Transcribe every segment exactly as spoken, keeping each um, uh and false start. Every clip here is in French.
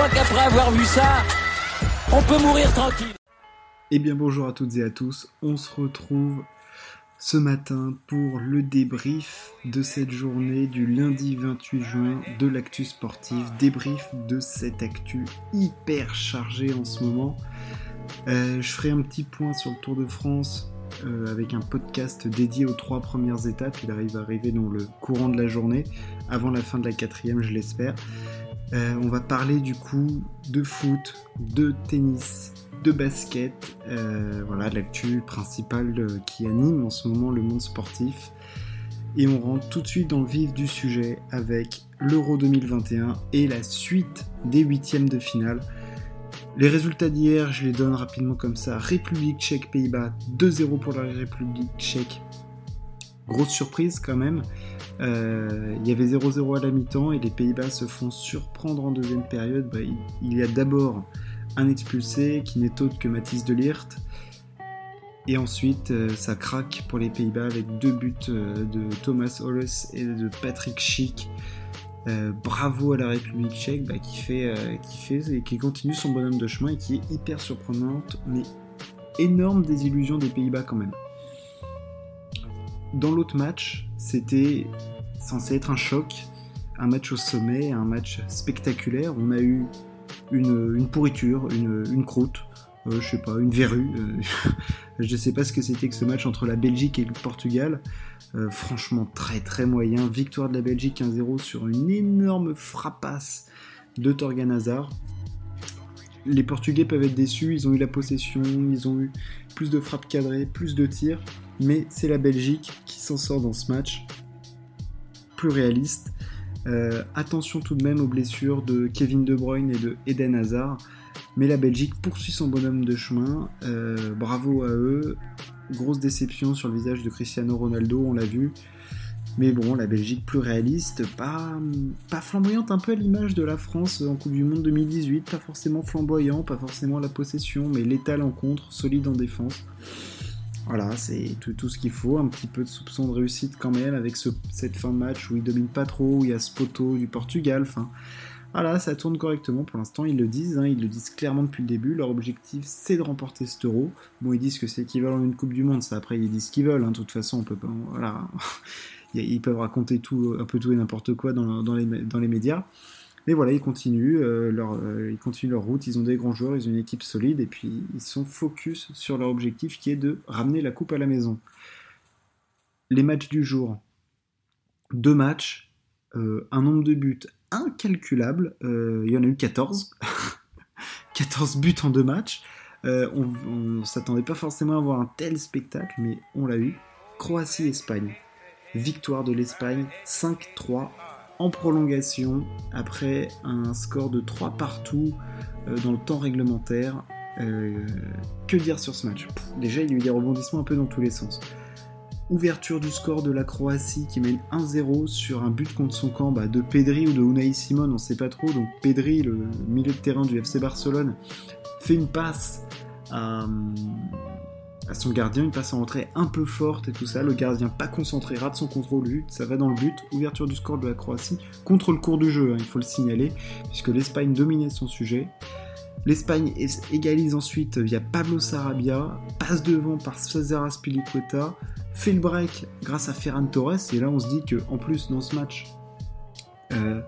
crois qu'après avoir vu ça, on peut mourir tranquille. Eh bien bonjour à toutes et à tous, on se retrouve ce matin pour le débrief de cette journée du lundi vingt-huit juin de l'actu sportive, débrief de cette actu hyper chargée en ce moment. Euh, je ferai un petit point sur le Tour de France euh, avec un podcast dédié aux trois premières étapes, il arrive à arriver dans le courant de la journée, avant la fin de la quatrième je l'espère. Euh, on va parler du coup de foot, de tennis, de basket, euh, voilà l'actu principale euh, qui anime en ce moment le monde sportif. Et on rentre tout de suite dans le vif du sujet avec l'Euro deux mille vingt et un et la suite des huitièmes de finale. Les résultats d'hier, je les donne rapidement comme ça. République tchèque, Pays-Bas, deux zéro pour la République tchèque. Grosse surprise quand même. Euh, il y avait zéro zéro à la mi-temps et les Pays-Bas se font surprendre en deuxième période. Bah, il, il y a d'abord un expulsé qui n'est autre que Matthijs de Ligt. Et ensuite, euh, ça craque pour les Pays-Bas avec deux buts euh, de Thomas Holles et de Patrick Schick. Euh, bravo à la République tchèque bah, qui, fait, euh, qui, fait, et qui continue son bonhomme de chemin et qui est hyper surprenante, mais énorme désillusion des Pays-Bas quand même. Dans l'autre match, c'était censé être un choc, un match au sommet, un match spectaculaire. On a eu une, une pourriture, une, une croûte, euh, je sais pas, une verrue. Euh, je sais pas ce que c'était que ce match entre la Belgique et le Portugal. Euh, franchement, très très moyen. Victoire de la Belgique un zéro sur une énorme frappasse de Thorgan Hazard. Les Portugais peuvent être déçus, ils ont eu la possession, ils ont eu plus de frappes cadrées, plus de tirs. Mais c'est la Belgique qui s'en sort dans ce match, plus réaliste. Euh, attention tout de même aux blessures de Kevin De Bruyne et de Eden Hazard. Mais la Belgique poursuit son bonhomme de chemin. Euh, bravo à eux. Grosse déception sur le visage de Cristiano Ronaldo, on l'a vu. Mais bon, la Belgique plus réaliste, pas, pas flamboyante, un peu à l'image de la France en Coupe du Monde deux mille dix-huit. Pas forcément flamboyant, pas forcément la possession, mais létal en contre, solide en défense. Voilà, c'est tout, tout ce qu'il faut, un petit peu de soupçon de réussite quand même avec ce, cette fin de match où ils dominent pas trop, où il y a ce poteau du Portugal, enfin voilà, ça tourne correctement pour l'instant, ils le disent, hein, ils le disent clairement depuis le début, leur objectif c'est de remporter cet Euro. Bon, ils disent que c'est équivalent à une Coupe du Monde, ça après ils disent ce qu'ils veulent, hein, de toute façon on peut pas, voilà, ils peuvent raconter tout, un peu tout et n'importe quoi dans, dans, les, dans les médias. Mais voilà, ils continuent, euh, leur, euh, ils continuent leur route, ils ont des grands joueurs, ils ont une équipe solide, et puis ils sont focus sur leur objectif qui est de ramener la coupe à la maison. Les matchs du jour, deux matchs, euh, un nombre de buts incalculable, euh, il y en a eu quatorze, quatorze buts en deux matchs, euh, on ne s'attendait pas forcément à avoir un tel spectacle, mais on l'a eu. Croatie-Espagne, victoire de l'Espagne, cinq trois, en prolongation, après un score de trois partout euh, dans le temps réglementaire. Euh, que dire sur ce match ? Pff, déjà, il y a eu des rebondissements un peu dans tous les sens. Ouverture du score de la Croatie qui mène un zéro sur un but contre son camp bah, de Pedri ou de Unai Simon, on ne sait pas trop. Donc Pedri, le milieu de terrain du F C Barcelone, fait une passe à... à son gardien, une passe en rentrée un peu forte et tout ça, le gardien pas concentré, rate son contrôle, but, ça va dans le but, ouverture du score de la Croatie, contre le cours du jeu, hein, il faut le signaler, puisque l'Espagne dominait son sujet. L'Espagne égalise ensuite via Pablo Sarabia, passe devant par César Azpilicueta, fait le break grâce à Ferran Torres, et là on se dit qu'en plus dans ce match, euh,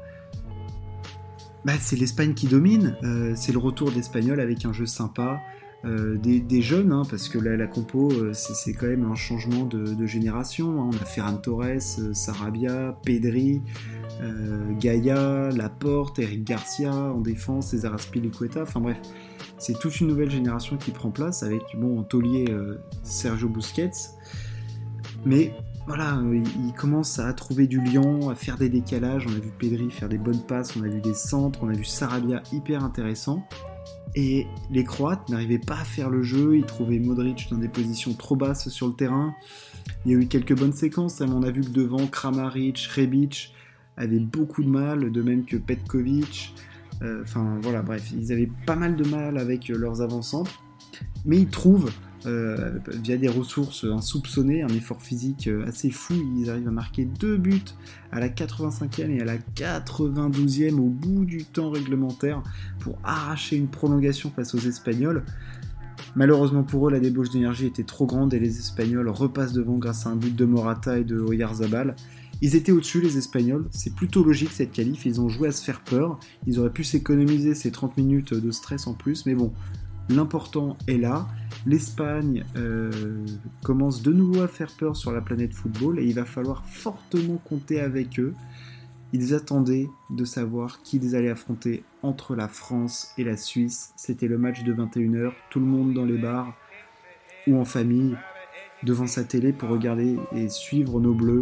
bah, c'est l'Espagne qui domine, euh, c'est le retour d'Espagnols avec un jeu sympa, Euh, des, des jeunes, hein, parce que la, la compo, euh, c'est, c'est quand même un changement de, de génération. Hein. On a Ferran Torres, euh, Sarabia, Pedri, euh, Gaia, Laporte, Eric Garcia en défense, César Azpilicueta. Enfin bref, c'est toute une nouvelle génération qui prend place avec, bon, en taulier euh, Sergio Busquets. Mais voilà, euh, il commence à trouver du lion, à faire des décalages. On a vu Pedri faire des bonnes passes, on a vu des centres, on a vu Sarabia hyper intéressant. Et les Croates n'arrivaient pas à faire le jeu, ils trouvaient Modric dans des positions trop basses sur le terrain. Il y a eu quelques bonnes séquences, on a vu que devant, Kramaric, Rebic avaient beaucoup de mal, de même que Petkovic. Enfin euh, voilà, bref, ils avaient pas mal de mal avec leurs avant-centres. Mais ils trouvent euh, via des ressources insoupçonnées, un effort physique assez fou. Ils arrivent à marquer deux buts à la quatre-vingt-cinquième et à la quatre-vingt-douzième au bout du temps réglementaire pour arracher une prolongation face aux Espagnols. Malheureusement pour eux, la débauche d'énergie était trop grande et les Espagnols repassent devant grâce à un but de Morata et de Oyarzabal. Ils étaient au-dessus, les Espagnols, c'est plutôt logique cette qualif, ils ont joué à se faire peur, ils auraient pu s'économiser ces trente minutes de stress en plus, mais bon, l'important est là. L'Espagne euh, commence de nouveau à faire peur sur la planète football et il va falloir fortement compter avec eux. Ils attendaient de savoir qui ils allaient affronter entre la France et la Suisse. C'était le match de vingt et une heures, tout le monde dans les bars ou en famille, devant sa télé pour regarder et suivre nos bleus.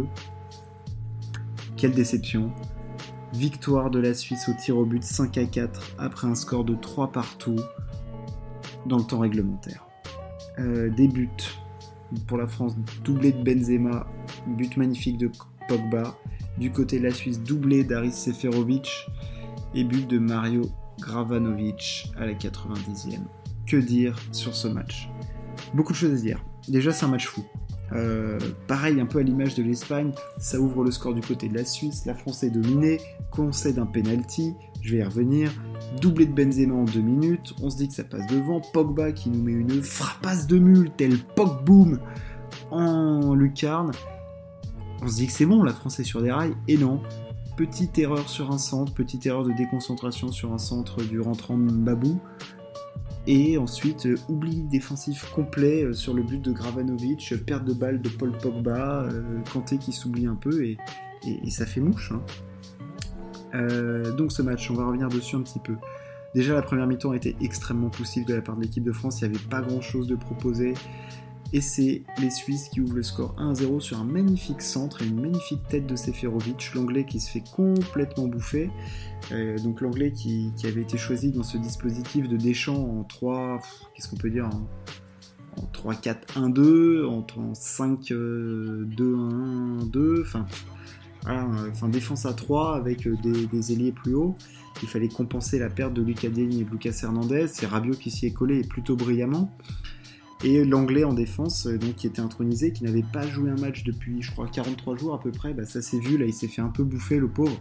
Quelle déception. Victoire de la Suisse au tir au but cinq à quatre après un score de trois partout dans le temps réglementaire. Euh, des buts pour la France, doublé de Benzema, but magnifique de Pogba. Du côté de la Suisse, doublé d'Aris Seferovic et but de Mario Gravanovic à la quatre-vingt-dixième. Que dire sur ce match ? Beaucoup de choses à dire. Déjà, c'est un match fou. Euh, pareil, un peu à l'image de l'Espagne, ça ouvre le score du côté de la Suisse, la France est dominée, concède un penalty, je vais y revenir, doublé de Benzema en deux minutes, on se dit que ça passe devant, Pogba qui nous met une frappasse de mule, tel Pogboom en lucarne, on se dit que c'est bon, la France est sur des rails, et non, petite erreur sur un centre, petite erreur de déconcentration sur un centre du rentrant Mbabou, et ensuite, euh, oubli défensif complet euh, sur le but de Gravanovic, euh, perte de balle de Paul Pogba, euh, Kanté qui s'oublie un peu, et, et, et ça fait mouche. Hein. Euh, donc ce match, on va revenir dessus un petit peu. Déjà, la première mi-temps a été extrêmement poussive de la part de l'équipe de France, il n'y avait pas grand-chose de proposé, et c'est les Suisses qui ouvrent le score un à zéro sur un magnifique centre et une magnifique tête de Seferovic, l'Anglais qui se fait complètement bouffer. Euh, donc l'Anglais qui, qui avait été choisi dans ce dispositif de Deschamps en trois, pff, qu'est-ce qu'on peut dire, en, en trois quatre un deux, en, en cinq deux un deux, enfin, voilà, enfin défense à trois avec des, des ailiers plus hauts. Il fallait compenser la perte de Lucas Digne et de Lucas Hernandez, c'est Rabiot qui s'y est collé et plutôt brillamment. Et l'Anglais en défense, donc qui était intronisé, qui n'avait pas joué un match depuis, je crois, quarante-trois jours à peu près, bah ça s'est vu, là il s'est fait un peu bouffer le pauvre.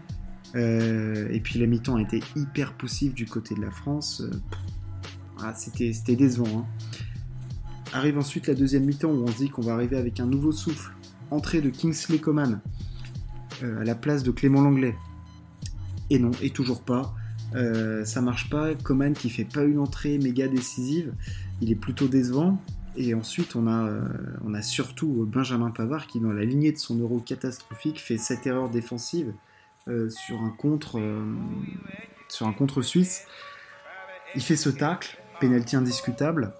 Euh, et puis la mi-temps a été hyper poussive du côté de la France, euh, ah, c'était, c'était décevant. Hein. Arrive ensuite la deuxième mi-temps où on se dit qu'on va arriver avec un nouveau souffle, entrée de Kingsley Coman euh, à la place de Clément Lenglet. Et non, et toujours pas. Euh, ça marche pas, Coman qui fait pas une entrée méga décisive, il est plutôt décevant, et ensuite on a, euh, on a surtout Benjamin Pavard qui dans la lignée de son euro catastrophique fait cette erreur défensive euh, sur un contre euh, sur un contre suisse, il fait ce tacle, pénalty indiscutable,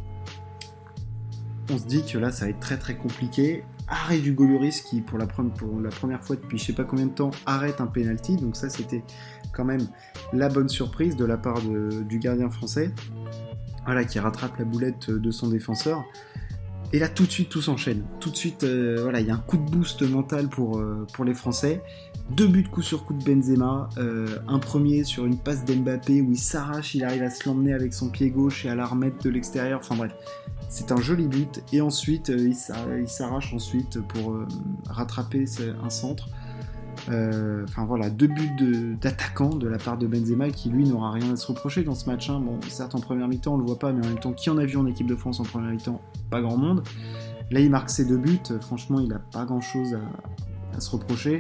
on se dit que là ça va être très très compliqué. Arrêt du Goloris qui pour la, pre- pour la première fois depuis je sais pas combien de temps arrête un penalty, donc ça c'était quand même la bonne surprise de la part de, du gardien français, voilà, qui rattrape la boulette de son défenseur. Et là tout de suite tout s'enchaîne, tout de suite euh, voilà, il y a un coup de boost mental pour, euh, pour les Français, deux buts coup sur coup de Benzema, euh, un premier sur une passe d'Mbappé où il s'arrache, il arrive à se l'emmener avec son pied gauche et à la remettre de l'extérieur, enfin bref. C'est un joli but, et ensuite euh, il s'arrache ensuite pour euh, rattraper un centre. Euh, enfin voilà, deux buts de, d'attaquant de la part de Benzema qui lui n'aura rien à se reprocher dans ce match. Hein. Bon, certes en première mi-temps on le voit pas, mais en même temps, qui en a vu en équipe de France en première mi-temps ? Pas grand monde. Là il marque ses deux buts, franchement il a pas grand chose à, à se reprocher.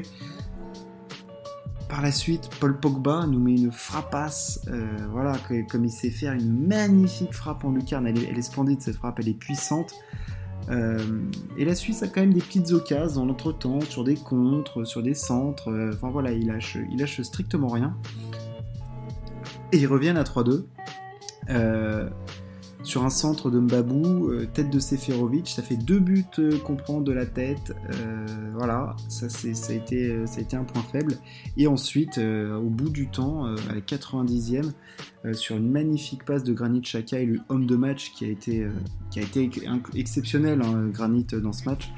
Par la suite, Paul Pogba nous met une frappasse, euh, voilà, comme il sait faire une magnifique frappe en lucarne, elle est, elle est splendide cette frappe, elle est puissante. Euh, et la Suisse a quand même des petites occasions dans l'entretemps, sur des contres, sur des centres, euh, enfin voilà, il lâche, il lâche strictement rien. Et ils reviennent à trois deux. Euh, sur un centre de Mbabou, euh, tête de Seferovic, ça fait deux buts euh, qu'on prend de la tête, euh, voilà, ça, c'est, ça, a été, euh, ça a été un point faible. Et ensuite, euh, au bout du temps, euh, à la quatre-vingt-dixième, euh, sur une magnifique passe de Granit Xhaka, élu homme de match, qui a été, euh, qui a été exceptionnel, hein, Granit, dans ce match.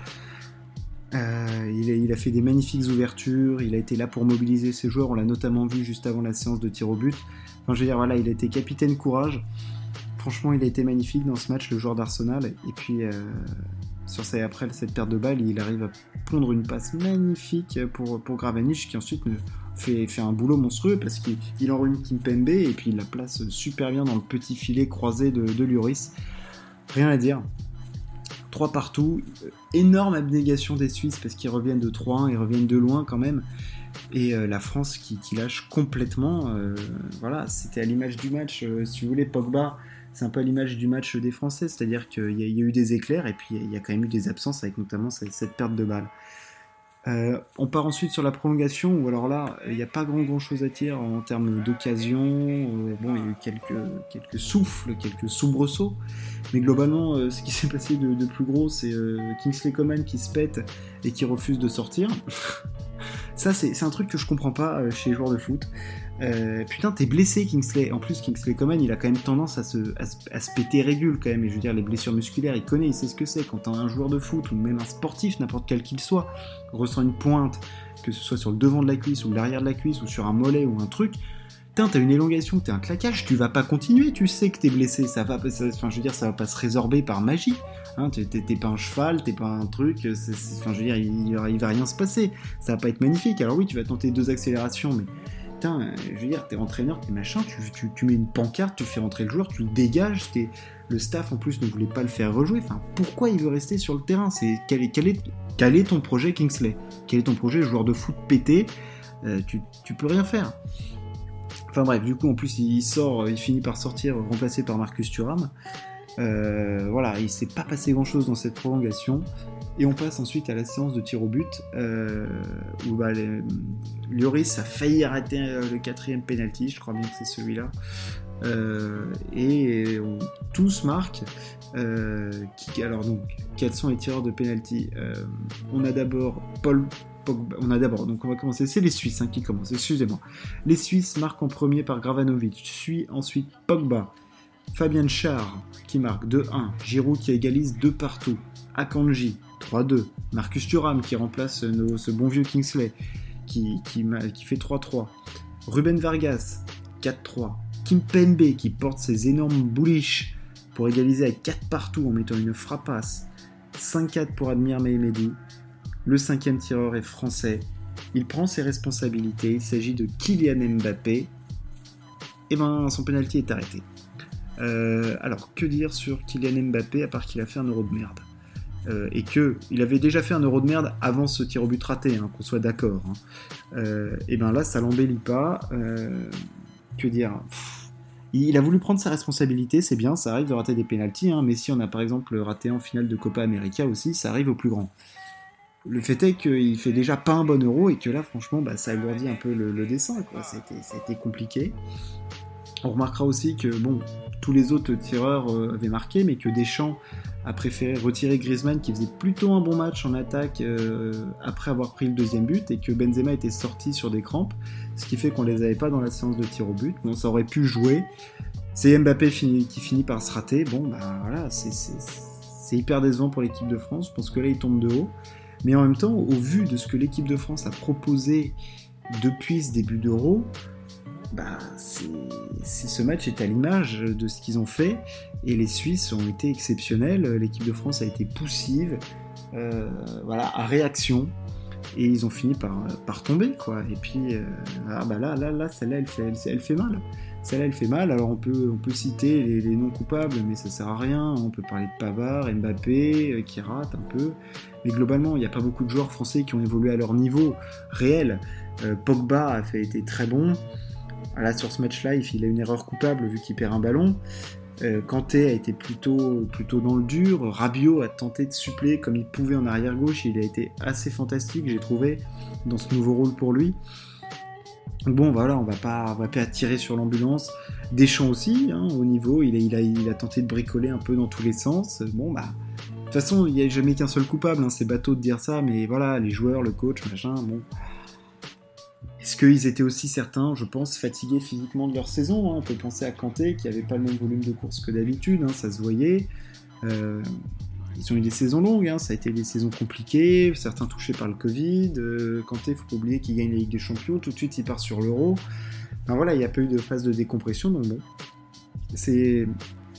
Euh, il, a, il a fait des magnifiques ouvertures, il a été là pour mobiliser ses joueurs, on l'a notamment vu juste avant la séance de tir au but. Enfin, je veux dire, voilà, il a été capitaine courage. Franchement, il a été magnifique dans ce match, le joueur d'Arsenal. Et puis, euh, sur ces, après cette perte de balle, il arrive à pondre une passe magnifique pour, pour Gravenic, qui ensuite fait, fait un boulot monstrueux parce qu'il il enrhume Kimpembe et puis il la place super bien dans le petit filet croisé de, de Lloris. Rien à dire. trois partout. Énorme abnégation des Suisses parce qu'ils reviennent de trois un, ils reviennent de loin quand même. Et euh, la France qui, qui lâche complètement. Euh, voilà, c'était à l'image du match. Euh, si vous voulez, Pogba, c'est un peu à l'image du match des Français, c'est-à-dire qu'il y a, il y a eu des éclairs et puis il y a quand même eu des absences avec notamment cette, cette perte de balle. Euh, on part ensuite sur la prolongation où alors là, il n'y a pas grand, grand chose à dire en termes d'occasion. Euh, bon, il y a eu quelques, quelques souffles, quelques soubresauts, mais globalement, euh, ce qui s'est passé de, de plus gros, c'est euh, Kingsley Coman qui se pète et qui refuse de sortir. Ça, c'est, c'est un truc que je comprends pas euh, chez les joueurs de foot. Euh, putain, t'es blessé, Kingsley. En plus, Kingsley Coman, il a quand même tendance à se, à se, à se péter régule quand même. Et je veux dire, les blessures musculaires, il connaît, il sait ce que c'est. Quand un joueur de foot, ou même un sportif, n'importe quel qu'il soit, ressent une pointe, que ce soit sur le devant de la cuisse, ou l'arrière de la cuisse, ou sur un mollet, ou un truc, putain, t'as une élongation, t'as un claquage, tu vas pas continuer, tu sais que t'es blessé. Ça va, ça, enfin, je veux dire, ça va pas se résorber par magie. Hein, t'es, t'es, t'es pas un cheval, t'es pas un truc, c'est, c'est, enfin, je veux dire, il, il, va, il va rien se passer. Ça va pas être magnifique. Alors oui, tu vas tenter deux accélérations, mais putain, je veux dire, t'es entraîneur, t'es machin, tu, tu, tu mets une pancarte, tu fais rentrer le joueur, tu le dégages, t'es, le staff en plus ne voulait pas le faire rejouer. Enfin, pourquoi il veut rester sur le terrain? C'est, quel, est, quel, est, quel est ton projet, Kingsley? Quel est ton projet, joueur de foot pété? euh, tu, tu peux rien faire. Enfin bref, du coup, en plus, il sort, il finit par sortir, remplacé par Marcus Thuram. Euh, voilà, il s'est pas passé grand chose dans cette prolongation et on passe ensuite à la séance de tir au but euh, où bah, les, Lloris a failli arrêter le quatrième penalty, je crois bien que c'est celui-là, euh, et on, tous marquent. Euh, qui, alors donc, quels sont les tireurs de penalty? euh, On a d'abord Paul Pogba, on a d'abord, donc on va commencer, c'est les Suisses hein, qui commencent, excusez-moi. Les Suisses marquent en premier par Gravanovic, suit ensuite Pogba, Fabien Schär qui marque deux un, Giroud qui égalise deux partout, Akanji trois deux, Marcus Thuram qui remplace nos, ce bon vieux Kingsley qui, qui, qui fait trois trois, Ruben Vargas quatre trois, Kimpembe qui porte ses énormes bullish pour égaliser à quatre partout en mettant une frappasse, cinq quatre pour Admir Mehmedi. Le cinquième tireur est français, il prend ses responsabilités, il s'agit de Kylian Mbappé, et ben son penalty est arrêté. Euh, alors, que dire sur Kylian Mbappé à part qu'il a fait un euro de merde euh, et qu'il avait déjà fait un euro de merde avant ce tir au but raté, hein, qu'on soit d'accord. Hein. Euh, et ben là, ça l'embellit pas. Euh, que dire Pff, il a voulu prendre sa responsabilité, c'est bien, ça arrive de rater des pénaltys. Hein, mais si on a par exemple raté en finale de Copa América aussi, ça arrive au plus grand. Le fait est qu'il fait déjà pas un bon euro et que là, franchement, bah, ça alourdit un peu le, le dessin. Quoi. Ça, a été, ça a été compliqué. On remarquera aussi que bon, tous les autres tireurs euh, avaient marqué, mais que Deschamps a préféré retirer Griezmann qui faisait plutôt un bon match en attaque euh, après avoir pris le deuxième but et que Benzema était sorti sur des crampes, ce qui fait qu'on les avait pas dans la séance de tir au but. Bon, ça aurait pu jouer. C'est Mbappé fini, qui finit par se rater. Bon, bah voilà, c'est, c'est, c'est hyper décevant pour l'équipe de France. Je pense que là, il tombe de haut. Mais en même temps, au vu de ce que l'équipe de France a proposé depuis ce début d'Euro, bah, c'est, c'est, ce match est à l'image de ce qu'ils ont fait et les Suisses ont été exceptionnels. L'équipe de France a été poussive, euh, voilà, à réaction et ils ont fini par, par tomber quoi. Et puis euh, ah bah là, là, là, celle-là, elle fait, elle, elle fait mal. Celle-là, elle fait mal. Alors on peut, on peut citer les, les non coupables, mais ça sert à rien. On peut parler de Pavard, Mbappé euh, qui rate un peu, mais globalement, il n'y a pas beaucoup de joueurs français qui ont évolué à leur niveau réel. Euh, Pogba a fait été très bon. Là, sur ce match-là, il a une erreur coupable vu qu'il perd un ballon. Euh, Kanté a été plutôt, plutôt dans le dur. Rabiot a tenté de suppléer comme il pouvait en arrière-gauche. Il a été assez fantastique, j'ai trouvé, dans ce nouveau rôle pour lui. Bon, voilà, on va pas, on va pas tirer sur l'ambulance. Deschamps aussi, hein, au niveau, il a, il, a, il a tenté de bricoler un peu dans tous les sens. Bon, bah, de toute façon, il n'y a jamais qu'un seul coupable. Hein, c'est bateau de dire ça, mais voilà, les joueurs, le coach, machin, bon... Est-ce qu'ils étaient aussi certains, je pense, fatigués physiquement de leur saison hein. On peut penser à Kanté, qui n'avait pas le même volume de course que d'habitude, hein, ça se voyait. Euh, ils ont eu des saisons longues, hein, ça a été des saisons compliquées, certains touchés par le Covid. Euh, Kanté, il ne faut pas oublier qu'il gagne la Ligue des Champions, tout de suite il part sur l'Euro. Enfin voilà, il n'y a pas eu de phase de décompression, donc bon. C'est...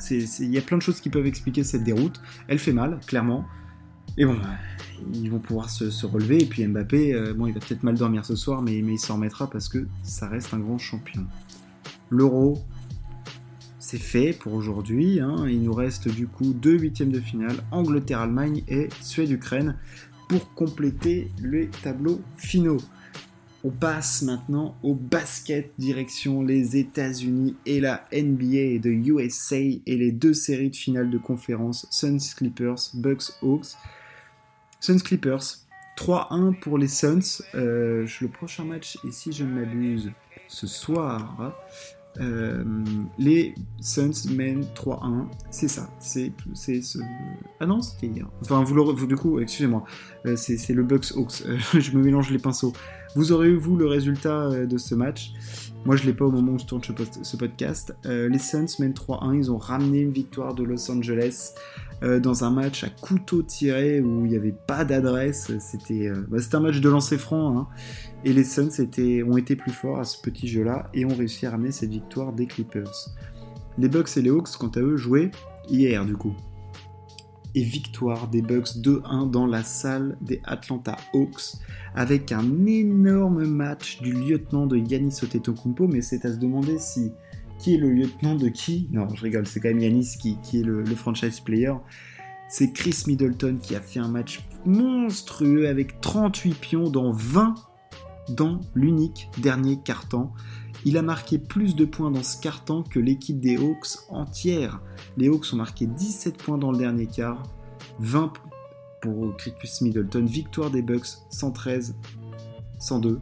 il y a plein de choses qui peuvent expliquer cette déroute. Elle fait mal, clairement. Et bon, ils vont pouvoir se, se relever. Et puis Mbappé, euh, bon, il va peut-être mal dormir ce soir, mais, mais il s'en remettra parce que ça reste un grand champion. L'Euro, c'est fait pour aujourd'hui. Hein. Il nous reste du coup deux huitièmes de finale, Angleterre-Allemagne et Suède-Ukraine, pour compléter les tableaux finaux. On passe maintenant au basket, direction les États-Unis et la N B A de U S A et les deux séries de finale de conférence Suns Clippers, Bucks Hawks. Suns Clippers, trois un pour les Suns. Euh, le prochain match, et si je ne m'abuse, ce soir, euh, les Suns mènent trois un. C'est ça. C'est, c'est ce... Ah non, c'était hier. Enfin, vous l'aurez, vous, du coup, excusez-moi. Euh, c'est, c'est le Bucks Hawks. Euh, je me mélange les pinceaux. Vous aurez eu, vous, le résultat de ce match. Moi, je ne l'ai pas au moment où je tourne ce podcast. Euh, les Suns mènent trois un. Ils ont ramené une victoire de Los Angeles euh, dans un match à couteau tiré où il n'y avait pas d'adresse. C'était, euh, bah, c'était un match de lancer franc. Hein. Et les Suns étaient, ont été plus forts à ce petit jeu-là et ont réussi à ramener cette victoire des Clippers. Les Bucks et les Hawks, quant à eux, jouaient hier, du coup. Et victoire des Bucks deux un dans la salle des Atlanta Hawks avec un énorme match du lieutenant de Giannis Antetokounmpo, mais c'est à se demander si qui est le lieutenant de qui. Non, je rigole, c'est quand même Giannis qui, qui est le, le franchise player. C'est Chris Middleton qui a fait un match monstrueux avec trente-huit pions dans vingt dans l'unique dernier quart-temps. Il a marqué plus de points dans ce quart-temps que l'équipe des Hawks entière. Les Hawks ont marqué dix-sept points dans le dernier quart, vingt pour Chris Middleton. Victoire des Bucks, cent treize à cent deux.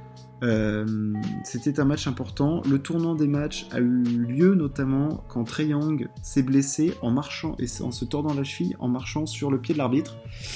Euh, c'était un match important. Le tournant des matchs a eu lieu notamment quand Trae Young s'est blessé en marchant et en se tordant la cheville en marchant sur le pied de l'arbitre.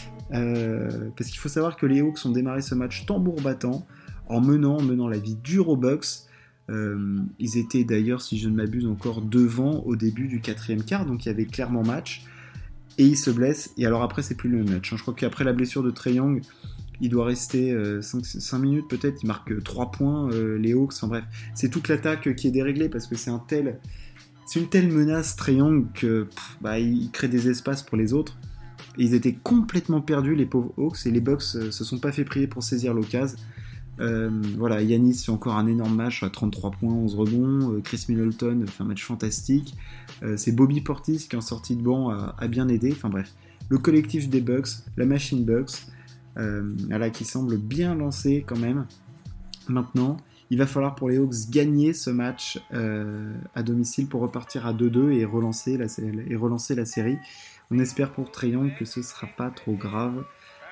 Euh, parce qu'il faut savoir que les Hawks ont démarré ce match tambour battant en menant, en menant la vie dure aux Bucks. Euh, ils étaient d'ailleurs, si je ne m'abuse, encore devant au début du quatrième quart, donc il y avait clairement match, et ils se blessent, et alors après c'est plus le même match, hein. Je crois qu'après la blessure de Trae Young, il doit rester euh, cinq minutes peut-être, il marque trois points, euh, les Hawks, enfin bref, c'est toute l'attaque qui est déréglée, parce que c'est un tel, c'est une telle menace Trae Young que pff, bah, il crée des espaces pour les autres, et ils étaient complètement perdus les pauvres Hawks, et les Bucks euh, se sont pas fait prier pour saisir l'occasion. Euh, voilà, Giannis fait encore un énorme match à trente-trois points, onze rebonds. euh, Chris Middleton fait un match fantastique. Euh, c'est Bobby Portis qui en sortie de banc a, a bien aidé. Enfin bref, le collectif des Bucks, la machine Bucks, euh, voilà, qui semble bien lancé quand même. Maintenant, il va falloir pour les Hawks gagner ce match euh, à domicile pour repartir à deux deux et relancer la, et relancer la série. On espère pour Trae Young que ce sera pas trop grave.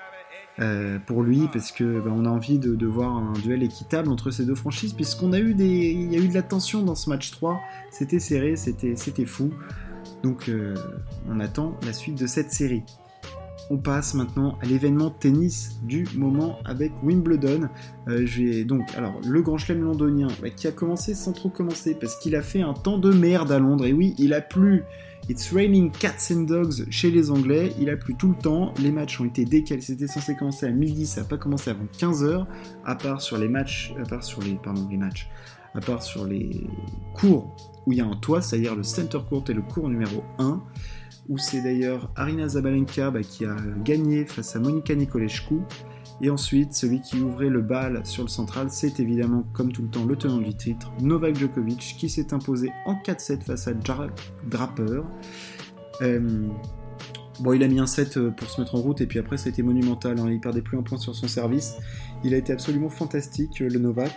Euh, pour lui, parce que bah, on a envie de, de voir un duel équitable entre ces deux franchises, puisqu'on a eu des, il y a eu de la tension dans ce match trois, c'était serré, c'était, c'était fou, donc euh, on attend la suite de cette série. On passe maintenant à l'événement tennis du moment avec Wimbledon. Euh, j'ai donc alors le Grand Chelem londonien bah, qui a commencé sans trop commencer parce qu'il a fait un temps de merde à Londres. Et oui, il a plu. It's raining cats and dogs chez les Anglais. Il a plu tout le temps. Les matchs ont été décalés. C'était censé commencer à midi, ça n'a pas commencé avant quinze heures. À part sur les matchs, à part sur les pardon les matchs, à part sur les cours où il y a un toit, c'est-à-dire le center court et le court numéro un. Où c'est d'ailleurs Aryna Sabalenka bah, qui a gagné face à Monica Niculescu. Et ensuite, celui qui ouvrait le bal sur le central, c'est évidemment, comme tout le temps, le tenant du titre, Novak Djokovic, qui s'est imposé en quatre sept face à Jack Draper. Euh, bon, il a mis un set pour se mettre en route, et puis après, ça a été monumental. Hein, il perdait plus un point sur son service. Il a été absolument fantastique, le Novak.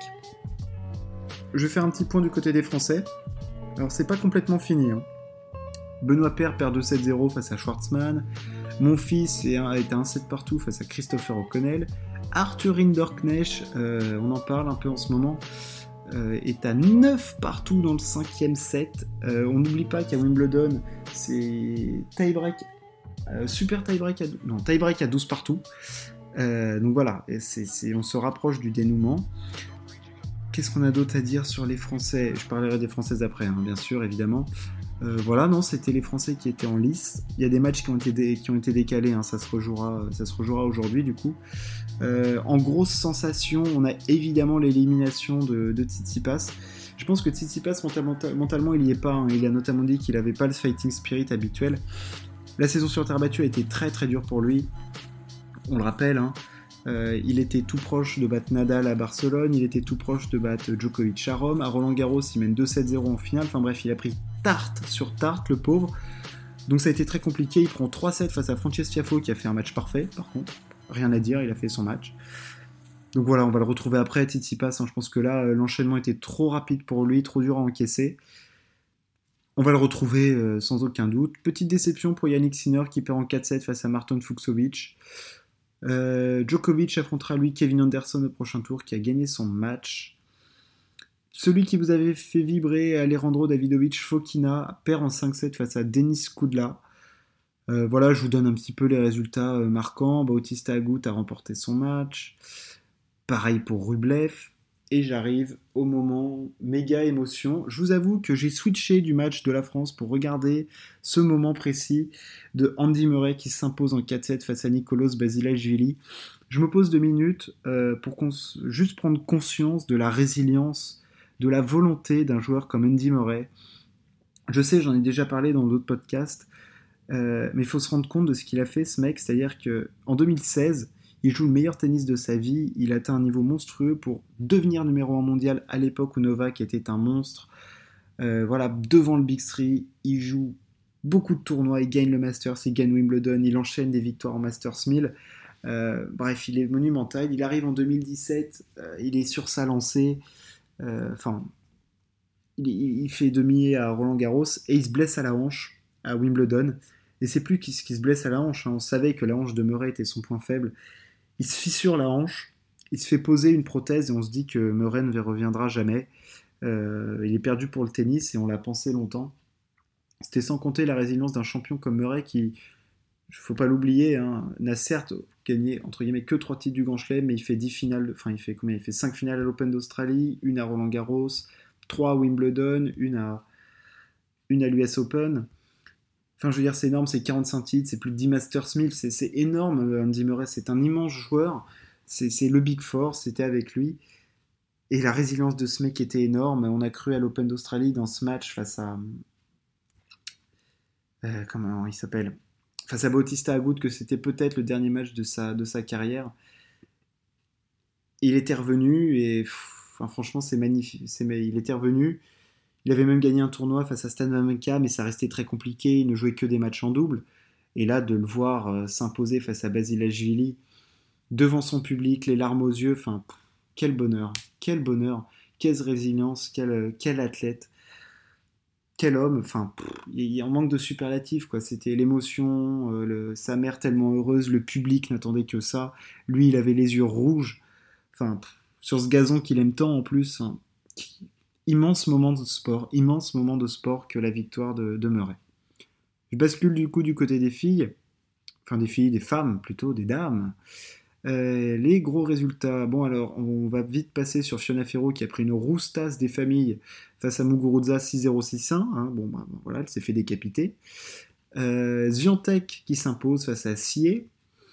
Je vais faire un petit point du côté des Français. Alors, c'est pas complètement fini, hein. Benoît Paire perd deux sept zéro face à Schwartzmann. Monfils est à un sept partout face à Christopher O'Connell. Arthur Rinderknecht, euh, on en parle un peu en ce moment, euh, est à neuf partout dans le cinquième set. Euh, on n'oublie pas qu'à Wimbledon, c'est tie-break, euh, super tie-break à, non, tie-break à douze partout. Euh, donc voilà, c'est, c'est, on se rapproche du dénouement. Qu'est-ce qu'on a d'autre à dire sur les Français ? Je parlerai des Françaises après, hein, bien sûr, évidemment. Euh, voilà, non, c'était les Français qui étaient en lice. Il y a des matchs qui ont été, dé- qui ont été décalés, hein, ça se rejouera, ça se rejouera aujourd'hui du coup. Euh, en grosse sensation, on a évidemment l'élimination de, de Tsitsipas. Je pense que Tsitsipas, mental, mentalement, il y est pas. Hein. Il a notamment dit qu'il n'avait pas le fighting spirit habituel. La saison sur terre battue a été très très dure pour lui. On le rappelle, hein. Euh, il était tout proche de battre Nadal à Barcelone, il était tout proche de battre Djokovic à Rome. À Roland-Garros, il mène deux sept zéro en finale. Enfin bref, il a pris tarte sur tarte, le pauvre. Donc ça a été très compliqué. Il prend trois sept face à Frances Tiafoe, qui a fait un match parfait, par contre. Rien à dire, il a fait son match. Donc voilà, on va le retrouver après, Tsitsipas. Hein. Je pense que là, l'enchaînement était trop rapide pour lui, trop dur à encaisser. On va le retrouver euh, sans aucun doute. Petite déception pour Yannick Sinner, qui perd en quatre sept face à Marton Fucsovics. Euh, Djokovic affrontera lui Kevin Anderson au prochain tour, qui a gagné son match. Celui qui vous avait fait vibrer, Alejandro Davidovich Fokina, perd en cinq sept face à Denis Kudla. Euh, voilà, je vous donne un petit peu les résultats euh, marquants. Bautista Agut a remporté son match. Pareil pour Rublev. Et j'arrive au moment méga émotion. Je vous avoue que j'ai switché du match de la France pour regarder ce moment précis de Andy Murray qui s'impose en quatre sept face à Nicolas Basilashvili. Je me pose deux minutes euh, pour cons- juste prendre conscience de la résilience, de la volonté d'un joueur comme Andy Murray. Je sais, j'en ai déjà parlé dans d'autres podcasts, euh, mais il faut se rendre compte de ce qu'il a fait, ce mec. C'est-à-dire qu'en deux mille seize, il joue le meilleur tennis de sa vie, il atteint un niveau monstrueux pour devenir numéro un mondial à l'époque où Novak était un monstre. Euh, voilà, devant le Big Three, il joue beaucoup de tournois, il gagne le Masters, il gagne Wimbledon, il enchaîne des victoires en Masters mille. Euh, bref, il est monumental. Il arrive en deux mille dix-sept, euh, il est sur sa lancée. Enfin, euh, il, il fait demi à Roland-Garros et il se blesse à la hanche à Wimbledon. Et c'est plus qu'il, qu'il se blesse à la hanche, hein. On savait que la hanche de Murray était son point faible. Il se fissure la hanche, il se fait poser une prothèse et on se dit que Murray ne reviendra jamais. Euh, il est perdu pour le tennis et on l'a pensé longtemps. C'était sans compter la résilience d'un champion comme Murray qui, il ne faut pas l'oublier, hein, n'a certes gagné entre guillemets que trois titres du Grand Chelem, mais il fait dix finales, enfin il fait combien ? Il fait cinq finales à l'Open d'Australie, une à Roland-Garros, trois à Wimbledon, une à, une à l'U S Open. Enfin, je veux dire, c'est énorme, c'est quarante-cinq titres, c'est plus de dix Masters mille, c'est, c'est énorme, Andy Murray, c'est un immense joueur, c'est, c'est le Big Four, c'était avec lui. Et la résilience de ce mec était énorme. On a cru à l'Open d'Australie dans ce match face à... Euh, comment il s'appelle ? Face à Bautista Agut, que c'était peut-être le dernier match de sa, de sa carrière. Il était revenu, et pff, enfin, franchement, c'est magnifique. C'est, il était revenu. Il avait même gagné un tournoi face à Stan Wawrinka, mais ça restait très compliqué, il ne jouait que des matchs en double. Et là, de le voir euh, s'imposer face à Basilashvili, devant son public, les larmes aux yeux, enfin, pff, quel bonheur, quel bonheur, quelle résilience, quel, quel athlète, quel homme, enfin, pff, il en manque de superlatifs, quoi. C'était l'émotion, euh, le, sa mère tellement heureuse, le public n'attendait que ça, lui, il avait les yeux rouges, enfin, pff, sur ce gazon qu'il aime tant en plus, hein. Immense moment de sport, immense moment de sport que la victoire de, de Murray. Je bascule du coup du côté des filles, enfin des filles, des femmes plutôt, des dames. Euh, les gros résultats, bon alors on va vite passer sur Fiona Ferro qui a pris une roustasse des familles face à Muguruza six zéro six un, hein. Bon bah, voilà, elle s'est fait décapiter. Euh, Swiatek qui s'impose face à Sier.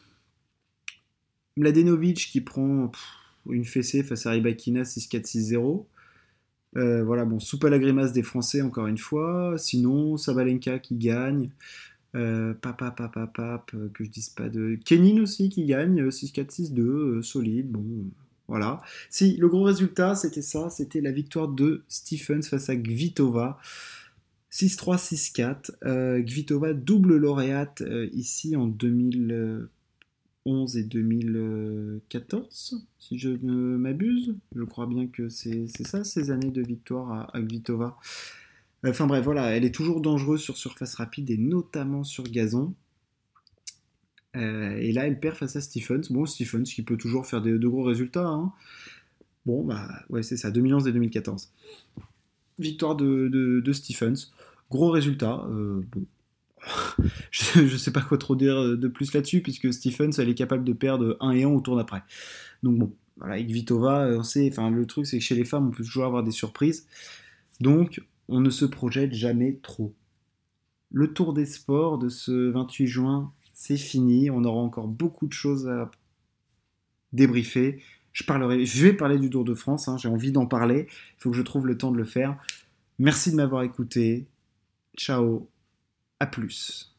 Mladenovic qui prend pff, une fessée face à Rybakina six quatre six zéro. Euh, voilà, bon, soupe à la grimace des Français encore une fois. Sinon, Sabalenka qui gagne. Euh, papa, papa, papa, euh, que je dise pas de. Kenin aussi qui gagne, six quatre six deux, euh, solide, bon, euh, voilà. Si, le gros résultat, c'était ça, c'était la victoire de Stephens face à Kvitova. six trois, six quatre. Euh, Kvitova, double lauréate euh, ici en deux mille onze et deux mille quatorze, si je ne m'abuse. Je crois bien que c'est, c'est ça, ces années de victoire à, à Kvitova. Enfin bref, voilà, elle est toujours dangereuse sur surface rapide et notamment sur gazon. Euh, et là, elle perd face à Stephens. Bon, Stephens qui peut toujours faire de, de gros résultats, hein. Bon, bah, ouais, c'est ça, deux mille onze et deux mille quatorze. Victoire de, de, de Stephens. Gros résultat. Euh, bon. je ne sais pas quoi trop dire de plus là-dessus, puisque Stephens, elle est capable de perdre un et un au tour d'après. Donc bon, voilà, avec Kvitova, on sait, enfin, le truc, c'est que chez les femmes, on peut toujours avoir des surprises. Donc, on ne se projette jamais trop. Le tour des sports de ce vingt-huit juin, c'est fini. On aura encore beaucoup de choses à débriefer. je parlerai, je vais parler du Tour de France, hein, j'ai envie d'en parler, il faut que je trouve le temps de le faire. Merci de m'avoir écouté, ciao, à plus.